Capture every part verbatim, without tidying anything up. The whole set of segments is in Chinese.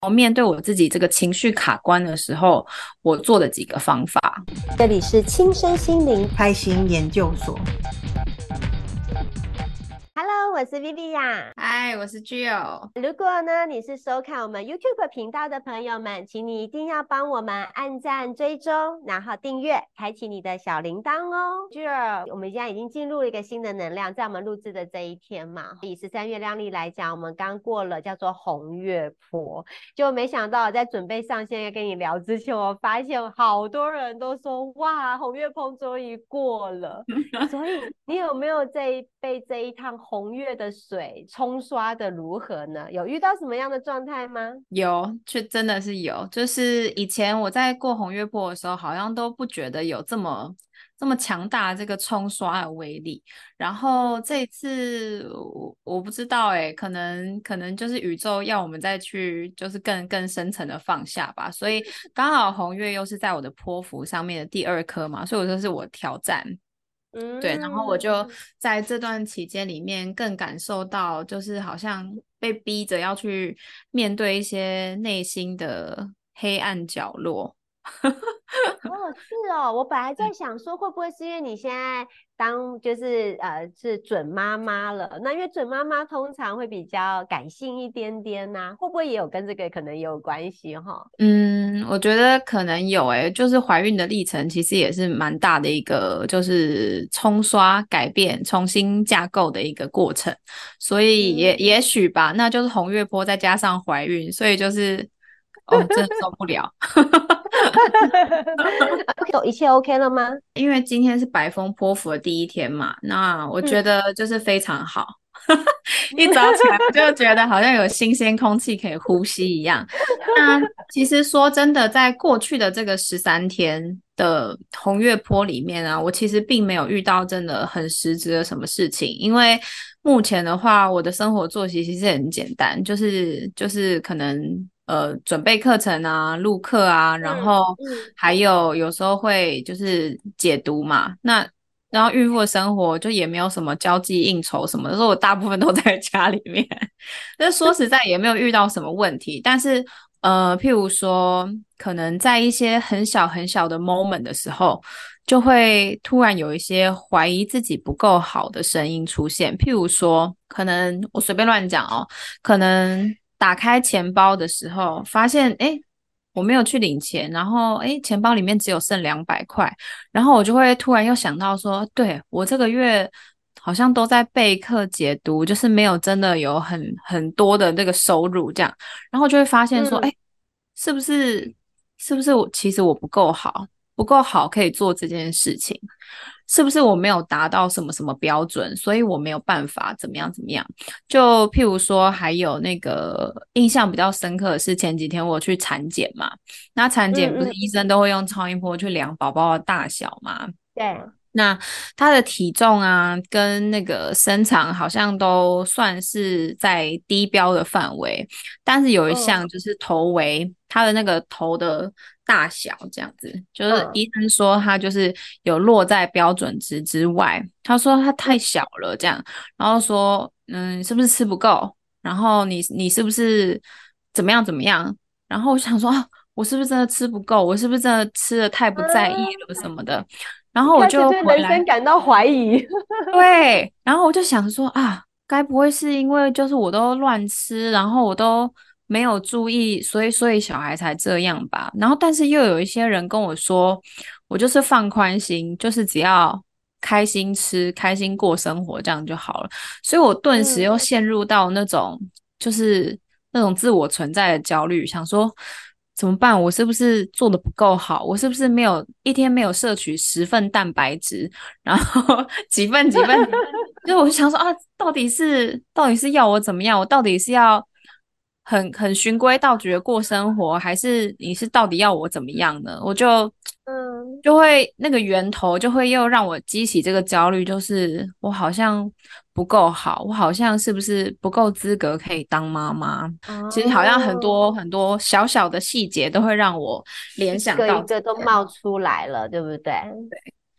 我面对我自己这个情绪卡关的时候，我做的几个方法。 这里是轻身心灵开心研究所。 Hello，我是 Viviya。 嗨，我是 Gio。 如果呢你是收看我们 YouTube 频道的朋友们，请你一定要帮我们按赞、追踪，然后订阅，开启你的小铃铛哦。Gio，我们现在已经进入了一个新的能量，在我们录制的这一天嘛，以十三月亮历来讲，我们刚过了叫做红月坡，就没想到在准备上线要跟你聊之前，我发现好多人都说哇，红月坡终于过了。所以你有没有这一被这一趟红月的水冲刷的如何呢？有遇到什么样的状态吗？ 有，却真的是有。就是以前我在过红月坡的时候，好像都不觉得有这么这么强大的这个冲刷的威力。然后这一次我我不知道诶，可能可能就是宇宙要我们再去就是更更深层的放下吧。所以刚好红月又是在我的波符上面的第二颗嘛，所以我说是我挑战。对，然后我就嗯， 在这段期间里面更感受到，就是好像被逼着要去面对一些内心的黑暗角落。 哦，是哦，我本来在想说，会不会是因为你现在当就是呃是准妈妈了？那因为准妈妈通常会比较感性一点点呐、会不会也有跟这个可能也有关系哈？ 嗯，我觉得可能有诶，就是怀孕的历程其实也是蛮大的一个，就是冲刷、改变、重新架构的一个过程，所以也也嗯， 许吧，那就是红月波再加上怀孕，所以就是哦，真的受不了。 OK，一切 OK 了吗？ 因为今天是白风波符的第一天嘛，那我觉嗯得就是非常好。一嗯早起来我就觉得好像有新鲜空气可以呼吸一样。那其实说真的，在过去的这个十三天的红月坡里面啊，我其实并没有遇到真的很实质的什么事情，因为目前的话，我的生活作息其实很简单，就是就是可能呃准备课程啊、录课啊，然后嗯嗯还有有时候会就是解读嘛。那然后孕妇的生活就也没有什么交际应酬什么的，所以我大部分都在家里面。但说实在也没有遇到什么问题，但是呃，譬如说，可能在一些很小很小的 moment 的时候，就会突然有一些怀疑自己不够好的声音出现。譬如说，可能我随便乱讲哦，可能打开钱包的时候，发现诶我没有去领钱，然后诶钱包里面只有剩两百块，然后我就会突然又想到说，对，我这个月好像都在备课解读，就是没有真的有很很多的这个收入这样，然后就会发现说，哎， 嗯。 是不是是不是我其实我不够好，不够好可以做这件事情，是不是我没有达到什么什么标准，所以我没有办法怎么样怎么样？就譬如说，还有那个印象比较深刻的是前几天我去产检嘛。那产检不是嗯嗯， 医生都会用超音波去量宝宝的大小吗？ 对， 那他的体重啊，跟那个身长好像都算是在低标的范围，但是有一嗯项就是头围，他的那个头的大小这样子，就是嗯医生说他就是有落在标准值之外，他说他太嗯， 小了这样，然后说嗯是不是吃不够，然后你你是不是怎么样怎么样，然后我想说啊我是不是真的吃不够，我是不是真的吃的太不在意啊， 了什么的。然你后我开始对就回来， 人生感到怀疑。 对，然后我就想说啊，该不会是因为就是我都乱吃，然后我都没有注意，所以所以小孩才这样吧？然后但是又有一些人跟我说，我就是放宽心，就是只要开心吃，开心过生活，这样就好了。所以我顿时又嗯陷入到那种就是那种自我存在的焦虑，想说怎么办？我是不是做的不够好？我是不是没有一天没有摄取十份蛋白质？然后几份几份几份，就我就想说啊，到底是到底是要我怎么样？我到底是要很很循规蹈矩的过生活，还是你是到底要我怎么样呢？我就嗯就会那个源头就会又让我激起这个焦虑，就是我好像不够好，我好像是不是不够资格可以当妈妈？其实好像很多哦， 很多小小的细节都会让我联一想到这个一个都个。 冒出来了，对不对？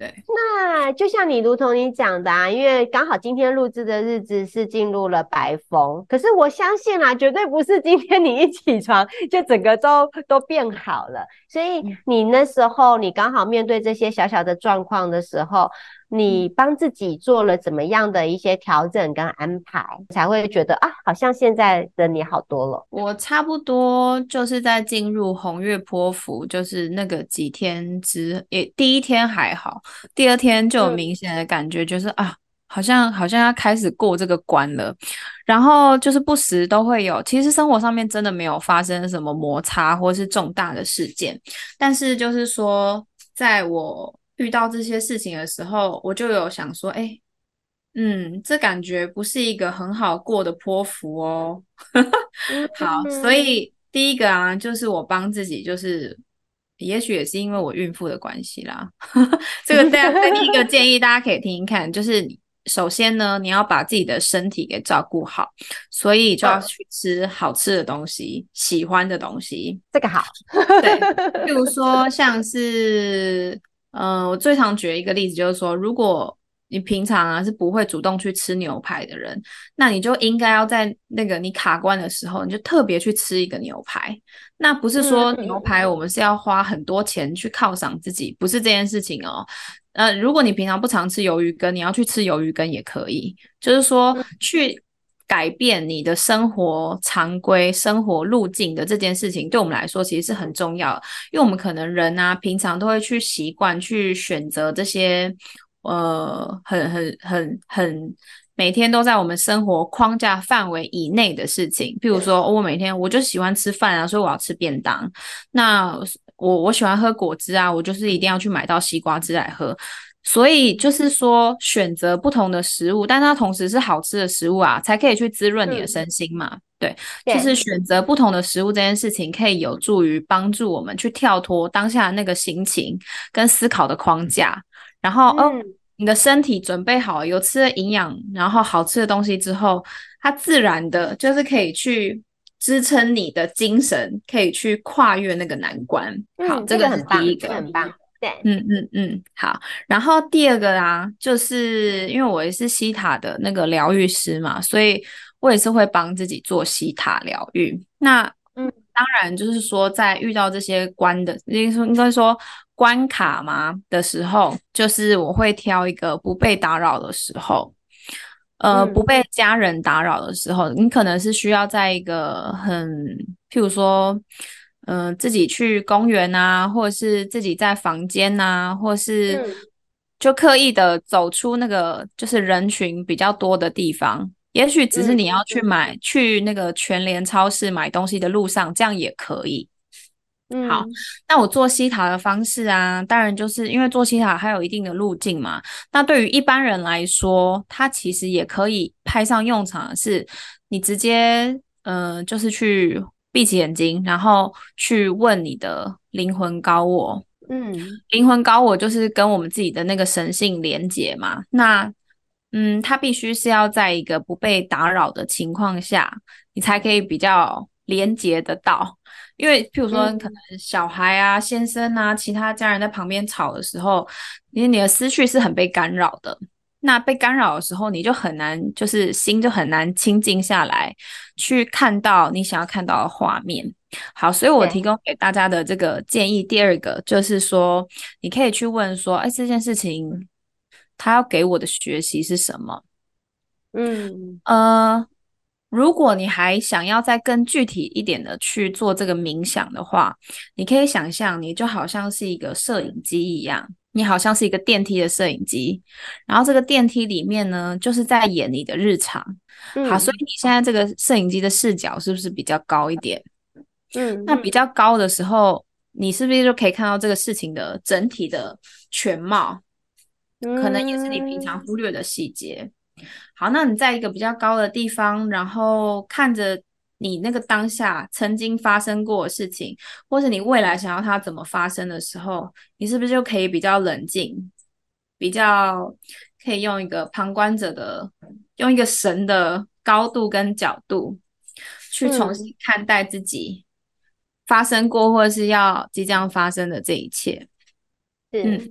对。 那就像你如同你讲的啊，因为刚好今天录制的日子是进入了白风，可是我相信啦，绝对不是今天你一起床就整个都都变好了。所以你那时候你刚好面对这些小小的状况的时候，你帮自己做了怎么样的一些调整跟安排，才会觉得啊，好像现在的你好多了。 我差不多就是在进入红月波符，就是那个几天之，也第一天还好，第二天就有嗯明显的感觉，就是啊，好像好像要开始过这个关了。然后就是不时都会有，其实生活上面真的没有发生什么摩擦或是重大的事件，但是就是说，在我遇到这些事情的时候，我就有想说，哎，嗯，这感觉不是一个很好过的波幅哦。好，所嗯以第一个啊，就是我帮自己，就是也许也是因为我孕妇的关系啦。这个大家第一个建议大家可以听听看，就是首先呢，你要把自己的身体给照顾好，所以就要嗯， 去吃好吃的东西，喜欢的东西。 这个好。 对，譬如说像是，呃，我最常举的一个例子就是说，如果你平常啊是不会主动去吃牛排的人，那你就应该要在那个你卡关的时候，你就特别去吃一个牛排。那不是嗯说牛嗯排我们是要花很多钱去犒赏自己，不是这件事情哦。呃，如果你平常不常吃鱿鱼羹，你要去吃鱿鱼羹也可以，就是说嗯去改变你的生活常规、生活路径的这件事情，对我们来说其实是很重要的，因为我们可能人啊，平常都会去习惯去选择这些呃很很很很每天都在我们生活框架范围以内的事情，譬如说，哦我每天我就喜欢吃饭啊，所以我要吃便当。那我我喜欢喝果汁啊，我就是一定要去买到西瓜汁来喝。所以就是说，选择不同的食物，但它同时是好吃的食物啊，才可以去滋润你的嗯， 身心嘛。对，就是对， 选择不同的食物这件事情，可以有助于帮助我们去跳脱当下的那个心情跟思考的框架。然后哦， 嗯你的身体准备好，有吃了营养，然后好吃的东西之后，它自然的就是可以去支撑你的精神，可以去跨越那个难关。好， 嗯，这这个是个很棒，这个第一个。 很棒。对， 嗯嗯嗯，好。然后第二个啊，就是因为我也是西塔的那个疗愈师嘛，所以我也是会帮自己做西塔疗愈。那嗯当然就是说，在遇到这些关的，应该说应该说关卡嘛的时候，就是我会挑一个不被打扰的时候。呃，不嗯被家人打扰的时候，你可能是需要在一个很，譬如说，嗯、自己去公园啊，或者是自己在房间啊，或是嗯就刻意的走出那个就是人群比较多的地方。也许只是嗯你要去买，去那个全联超市买东西的路上，这样也可以。好， 嗯那我做西塔的方式啊，当然就是因为做西塔还有一定的路径嘛。那对于一般人来说，它其实也可以派上用场的是，你直接呃，就是去闭起眼睛，然后去问你的灵魂高我。 嗯灵魂高我就是跟我们自己的那个神性连结嘛。那嗯，它必须是要在一个不被打扰的情况下，你才可以比较连接得到。因为譬如说，可嗯能小孩啊、先生啊、其他家人在旁边吵的时候，因为你的思绪是很被干扰的。那被干扰的时候，你就很难，就是心就很难清静下来，去看到你想要看到的画面。好，所以我提对， 供给大家的这个建议，第二个就是说，你可以去问说，哎，这件事情他要给我的学习是什么？ 嗯呃，如果你还想要再更具体一点的去做这个冥想的话，你可以想象你就好像是一个摄影机一样，你好像是一个电梯的摄影机，然后这个电梯里面呢，就是在演你的日常。好，所以嗯你现在这个摄影机的视角是不是比较高一点？那嗯比较高的时候，你是不是就可以看到这个事情的整体的全貌？可能也是你平常嗯忽略的细节。好，那你在一个比较高的地方，然后看着你那个当下曾经发生过的事情，或是你未来想要它怎么发生的时候，你是不是就可以比较冷静，比较可以用一个旁观者的，用一个神的高度跟角度，去重新嗯看待自己发生过或是要即将发生的这一切。 是。 嗯，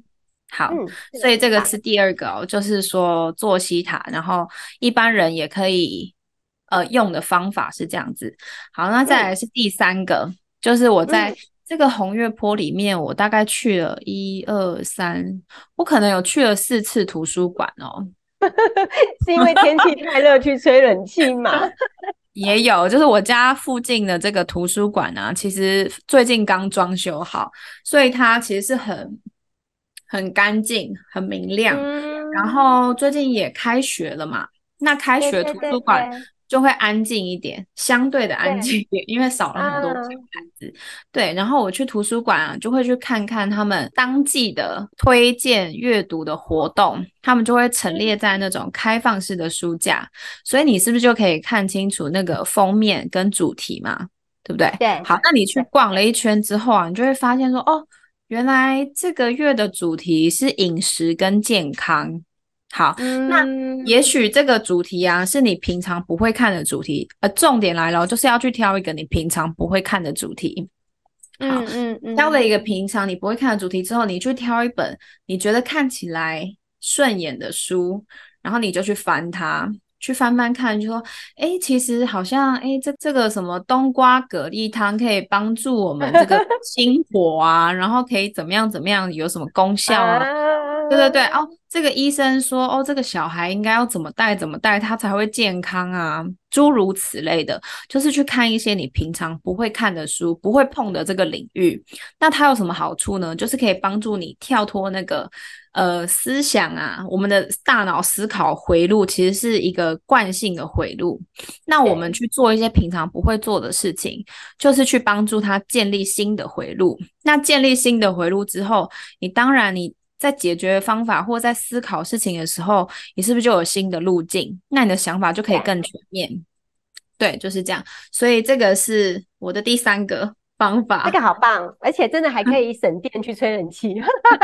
好， 嗯， 所以这个好， 是第二个哦，就是说作息塔，然后一般人也可以呃用的方法是这样子。好，那再嗯来是第三个，就是我在嗯， 这个红月坡里面，我大概去了一二三，我可能有去了四次图书馆哦。 是因为天气太热去吹冷气嘛？ 也有，就是我家附近的这个图书馆啊，其实最近刚装修好，所以它其实是很很干净、很明亮。然嗯， 后最近也开学了嘛，那开学对对图书馆对对就会安静一点，相对的安静对， 一点，因为少了很多小嗯， 孩子。对，然后我去图书馆啊，就会去看看他们当季的推荐阅读的活动，他们就会陈列在那种开放式的书架。所以你是不是就可以看清楚那个封面跟主题嘛？对不对？ 对好，那你去对， 逛了一圈之后啊，你就会发现说，哦，原来这个月的主题是饮食跟健康。好，那也嗯许这个主题啊是你平常不会看的主题，呃，重点来了，就是要去挑一个你平常不会看的主题。好， 嗯嗯嗯， 挑了一个平常你不会看的主题之后，你去挑一本你觉得看起来顺眼的书，然后你就去翻它，去翻翻看，就说，诶，其实好像，诶，这这个什么冬瓜蛤蜊汤可以帮助我们这个心火啊，然后可以怎么样怎么样，有什么功效啊？对对对， 啊， 哦，这个医生说，哦，这个小孩应该要怎么带，怎么带，他才会健康啊，诸如此类的，就是去看一些你平常不会看的书，不会碰的这个领域。那它有什么好处呢？就是可以帮助你跳脱那个呃思想啊，我们的大脑思考回路其实是一个惯性的回路。那我们对， 去做一些平常不会做的事情，就是去帮助他建立新的回路。那建立新的回路之后，你当然你在解决方法或在思考事情的时候，你是不是就有新的路径？那你的想法就可以对， 更全面。对，就是这样。所以这个是我的第三个方这个法。 好棒，而且真的还可以省电去吹冷气。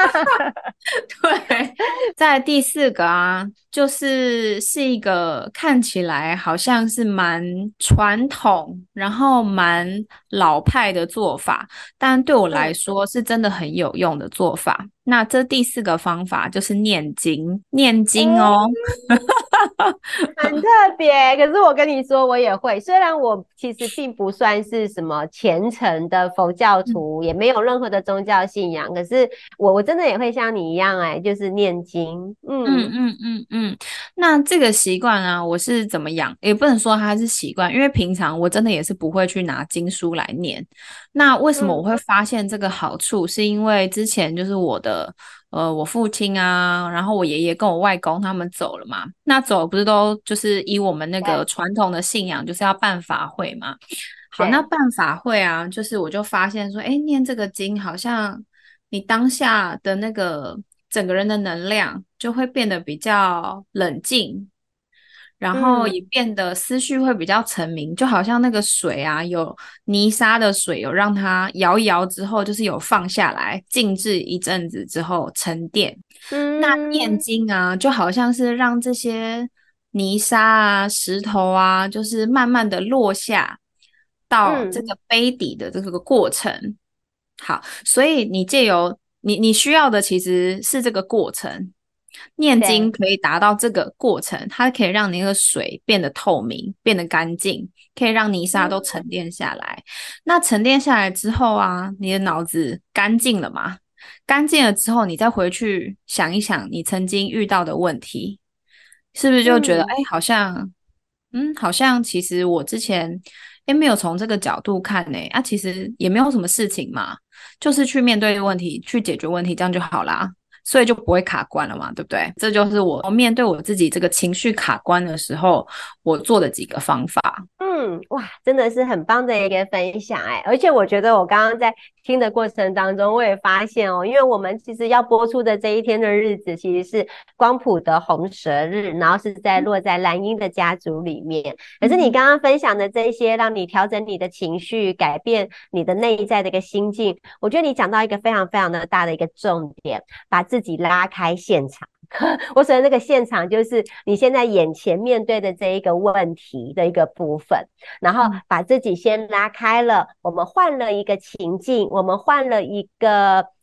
对，在第四个啊，就是是一个看起来好像是蛮传统，然后蛮老派的做法，但对我来嗯说是真的很有用的做法。那这第四个方法就是念经，念经哎， 哦。 很特别，可是我跟你说，我也会。虽然我其实并不算是什么虔诚的佛教徒，也没有任何的宗教信仰，可是我我真的也会像你一样，哎，就是念经。嗯嗯嗯嗯嗯，那这个习惯啊，我是怎么养？也不能说它是习惯，因为平常我真的也是不会去拿经书来念。那为什么我嗯， 会发现这个好处？是因为之前就是我的呃我父亲啊，然后我爷爷跟我外公他们走了嘛，那走不是都就是以我们那个对传统的信仰，就是要办法会嘛。好，那对， 办法会啊，就是我就发现说，哎，念这个经好像你当下的那个整个人的能量就会变得比较冷静，然后也嗯变得思绪会比较澄明，就好像那个水啊，有泥沙的水，有让它摇一摇之后，就是有放下来，静置一阵子之后沉淀。那念嗯经啊，就好像是让这些泥沙啊、石头啊，就是慢慢的落下到这嗯， 个杯底的这个过程。好，所以你借由你你需要的其实是这个过程，念经对， 可以达到这个过程，它可以让你那个水变得透明，变得干净，可以让泥沙都沉嗯淀下来。那沉淀下来之后啊，你的脑子干净了嘛？干净了之后，你再回去想一想你曾经遇到的问题，是不是就觉得，哎， 嗯。 好像，嗯，好像其实我之前，哎，没有从这个角度看呢，啊，其实也没有什么事情嘛，就是去面对问题，去解决问题，这样就好啦。所以就不会卡关了嘛，对不对？这就是我面对我自己这个情绪卡关的时候，我做的几个方法。 嗯，哇，真的是很棒的一个分享哎，而且我觉得我刚刚在听的过程当中，我也发现哦，因为我们其实要播出的这一天的日子其实是光谱的红蛇日，然后是在落在蓝鹰的家族里面。可是你嗯刚刚分享的这一些，让你调整你的情绪，改变你的内在的一个心境，我觉得你讲到一个非常非常的大的一个重点，把自己拉开现场。我所谓那个现场，就是你现在眼前面对的这一个问题的一个部分，然后把自己先拉开了，我们换了一个情境，我们换了一个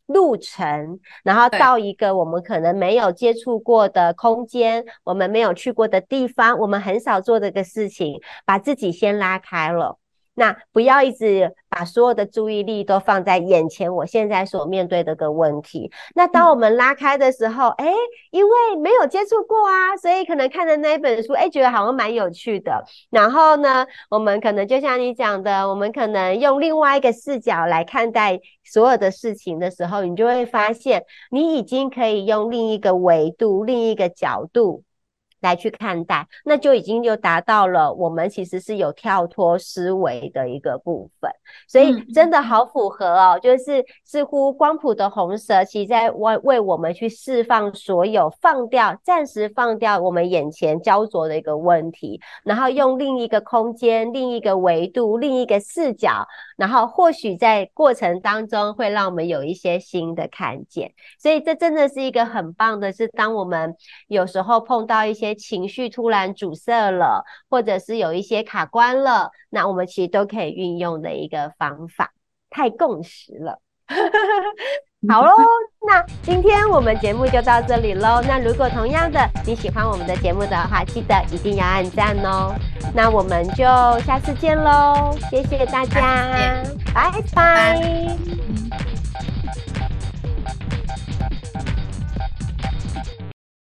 路程，然后到一个我们可能没有接触过的空间，我们没有去过的地方，我们很少做这个事情，把自己先拉开了。那不要一直把所有的注意力都放在眼前我现在所面对的个问题。那当我们拉开的时候，诶，因为没有接触过啊，所以可能看的那一本书，诶，觉得好像蛮有趣的。然后呢，我们可能就像你讲的，我们可能用另外一个视角来看待所有的事情的时候，你就会发现你已经可以用另一个维度、另一个角度来去看待，那就已经就达到了我们其实是有跳脱思维的一个部分。所以真的好符合哦，就是似乎光谱的红蛇其实在为为我们去释放所有放掉暂时放掉我们眼前焦灼的一个问题，然后用另一个空间、另一个维度、另一个视角，然后或许在过程当中会让我们有一些新的看见。所以这真的是一个很棒的，是当我们有时候碰到一些情绪突然阻塞了，或者是有一些卡关了，那我们其实都可以运用的一个方法。太共识了好咯，那今天我们节目就到这里咯。那如果同样的你喜欢我们的节目的话，记得一定要按赞哦。那我们就下次见咯，谢谢大家，拜拜。